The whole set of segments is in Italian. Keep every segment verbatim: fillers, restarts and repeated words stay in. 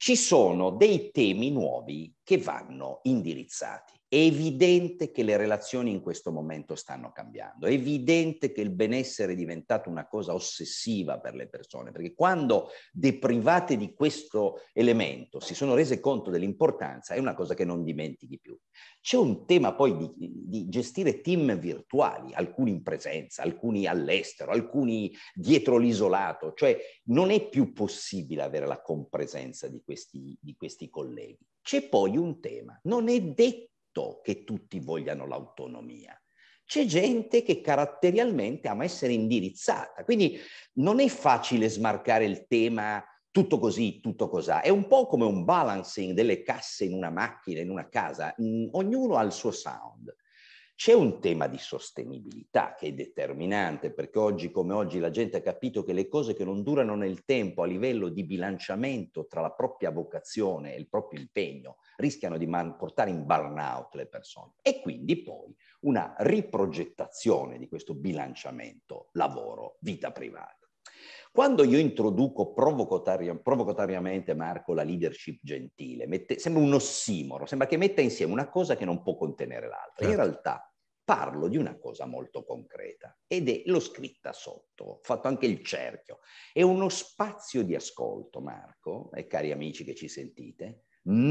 ci sono dei temi nuovi che vanno indirizzati. È evidente che le relazioni in questo momento stanno cambiando, è evidente che il benessere è diventato una cosa ossessiva per le persone, perché quando deprivate di questo elemento si sono rese conto dell'importanza, è una cosa che non dimentichi più. C'è un tema poi di, di gestire team virtuali, alcuni in presenza, alcuni all'estero, alcuni dietro l'isolato, cioè non è più possibile avere la compresenza di questi, di questi colleghi. C'è poi un tema, non è detto che tutti vogliano l'autonomia. C'è gente che caratterialmente ama essere indirizzata, quindi non è facile smarcare il tema tutto così, tutto cosà. È un po' come un balancing delle casse in una macchina, in una casa. Mm, ognuno ha il suo sound. C'è un tema di sostenibilità che è determinante, perché oggi come oggi la gente ha capito che le cose che non durano nel tempo a livello di bilanciamento tra la propria vocazione e il proprio impegno rischiano di portare in burnout le persone. E quindi poi una riprogettazione di questo bilanciamento lavoro-vita privata. Quando io introduco provocatori- provocatariamente, Marco, la leadership gentile, mette, sembra un ossimoro, sembra che metta insieme una cosa che non può contenere l'altra. Certo. In realtà parlo di una cosa molto concreta ed è l'ho scritta sotto, ho fatto anche il cerchio. È uno spazio di ascolto, Marco, e cari amici che ci sentite,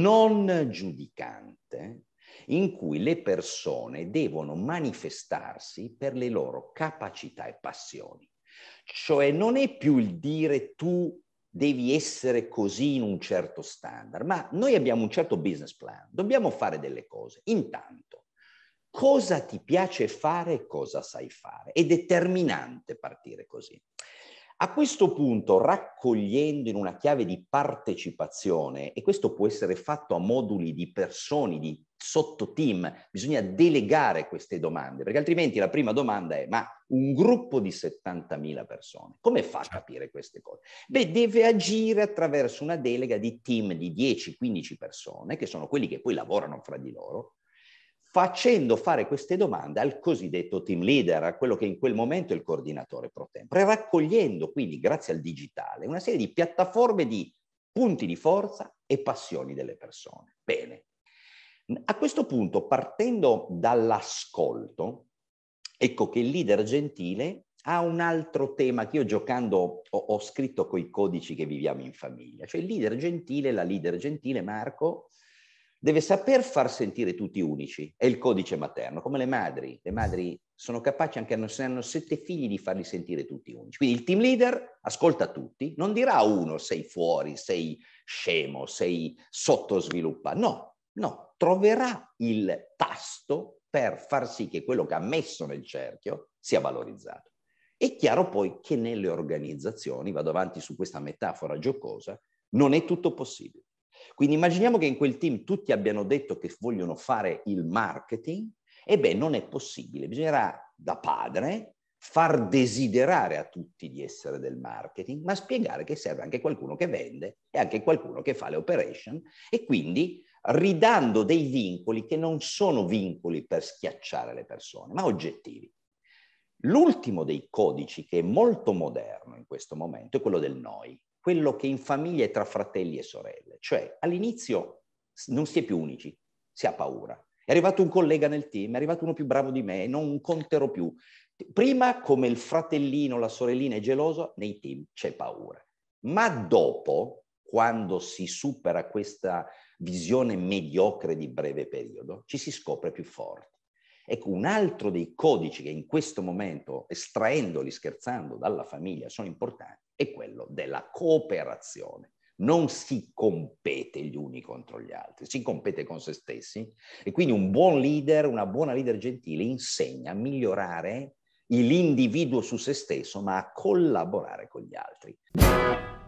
non giudicante, in cui le persone devono manifestarsi per le loro capacità e passioni. Cioè non è più il dire tu devi essere così in un certo standard, ma noi abbiamo un certo business plan, dobbiamo fare delle cose. Intanto, cosa ti piace fare e cosa sai fare? È determinante partire così. A questo punto, raccogliendo in una chiave di partecipazione, e questo può essere fatto a moduli di persone, di sottoteam, bisogna delegare queste domande, perché altrimenti la prima domanda è: ma un gruppo di settantamila persone, come fa a capire queste cose? Beh, deve agire attraverso una delega di team di dieci quindici persone, che sono quelli che poi lavorano fra di loro, facendo fare queste domande al cosiddetto team leader, a quello che in quel momento è il coordinatore pro tempore, raccogliendo quindi, grazie al digitale, una serie di piattaforme di punti di forza e passioni delle persone. Bene. A questo punto, partendo dall'ascolto, ecco che il leader gentile ha un altro tema che io giocando ho, ho scritto coi codici che viviamo in famiglia. Cioè il leader gentile, la leader gentile, Marco, deve saper far sentire tutti unici. È il codice materno, come le madri. Le madri sono capaci, anche se hanno sette figli, di farli sentire tutti unici. Quindi il team leader ascolta tutti, non dirà a uno sei fuori, sei scemo, sei sottosviluppato. No, no, troverà il tasto per far sì che quello che ha messo nel cerchio sia valorizzato. È chiaro poi che nelle organizzazioni, vado avanti su questa metafora giocosa, non è tutto possibile. Quindi immaginiamo che in quel team tutti abbiano detto che vogliono fare il marketing, e beh, non è possibile. Bisognerà, da padre, far desiderare a tutti di essere del marketing, ma spiegare che serve anche qualcuno che vende e anche qualcuno che fa le operation, e quindi ridando dei vincoli che non sono vincoli per schiacciare le persone, ma oggettivi. L'ultimo dei codici, che è molto moderno in questo momento, è quello del noi, quello che in famiglia è tra fratelli e sorelle. Cioè, all'inizio non si è più unici, si ha paura. È arrivato un collega nel team, è arrivato uno più bravo di me, non conterò più. Prima, come il fratellino, la sorellina è geloso, nei team c'è paura. Ma dopo, quando si supera questa visione mediocre di breve periodo, ci si scopre più forti. Ecco, un altro dei codici che in questo momento, estraendoli, scherzando, dalla famiglia sono importanti, è quello della cooperazione. Non si compete gli uni contro gli altri, si compete con se stessi, e quindi un buon leader, una buona leader gentile insegna a migliorare l'individuo su se stesso, ma a collaborare con gli altri.